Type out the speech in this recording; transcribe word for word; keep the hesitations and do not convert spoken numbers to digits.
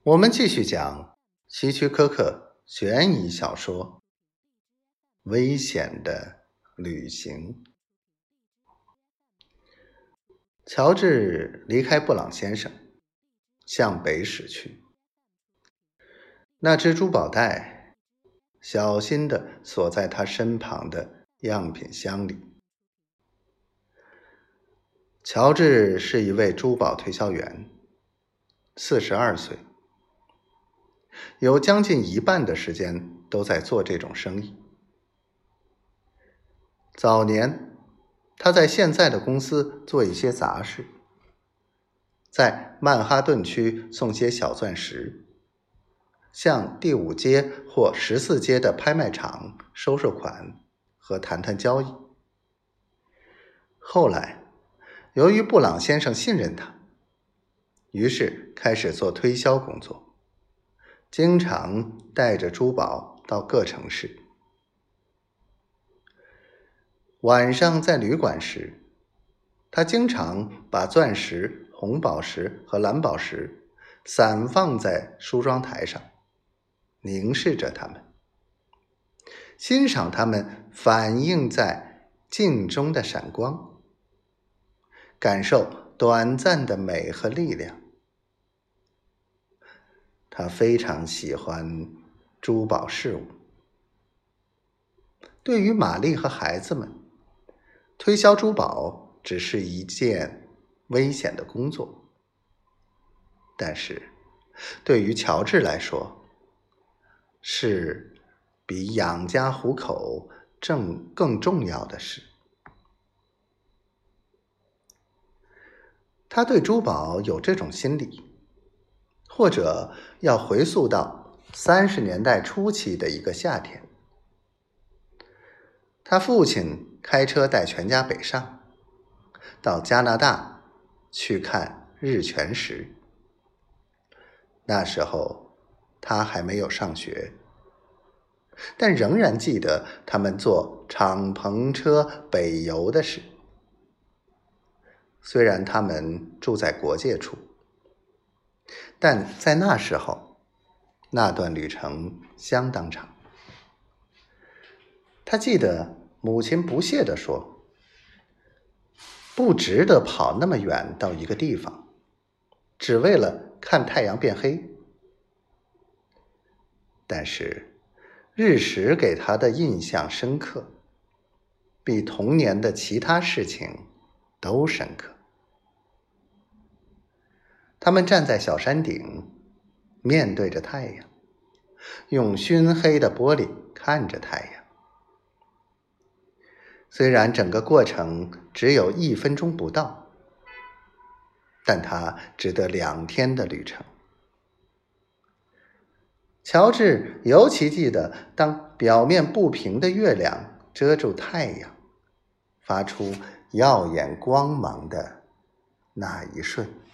我们继续讲希区柯克悬疑小说《危险的旅行》。乔治离开布朗先生，向北驶去。那只珠宝袋小心地锁在他身旁的样品箱里。乔治是一位珠宝推销员，四十二岁，有将近一半的时间都在做这种生意。早年他在现在的公司做一些杂事，在曼哈顿区送些小钻石，向第五街或十四街的拍卖场收收款和谈谈交易。后来由于布朗先生信任他，于是开始做推销工作，经常带着珠宝到各城市。晚上在旅馆时，他经常把钻石、红宝石和蓝宝石散放在梳妆台上，凝视着它们，欣赏它们反映在镜中的闪光，感受短暂的美和力量。他非常喜欢珠宝饰物。对于玛丽和孩子们，推销珠宝只是一件危险的工作，但是对于乔治来说，是比养家糊口正更重要的事。他对珠宝有这种心理，或者要回溯到三十年代初期的一个夏天。他父亲开车带全家北上，到加拿大去看日全食。那时候他还没有上学，但仍然记得他们坐敞篷车北游的事。虽然他们住在国界处，但在那时候，那段旅程相当长。他记得母亲不屑地说，不值得跑那么远到一个地方，只为了看太阳变黑。但是日食给他的印象深刻，比童年的其他事情都深刻。他们站在小山顶，面对着太阳，用熏黑的玻璃看着太阳。虽然整个过程只有一分钟不到，但它值得两天的旅程。乔治尤其记得，当表面不平的月亮遮住太阳，发出耀眼光芒的那一瞬。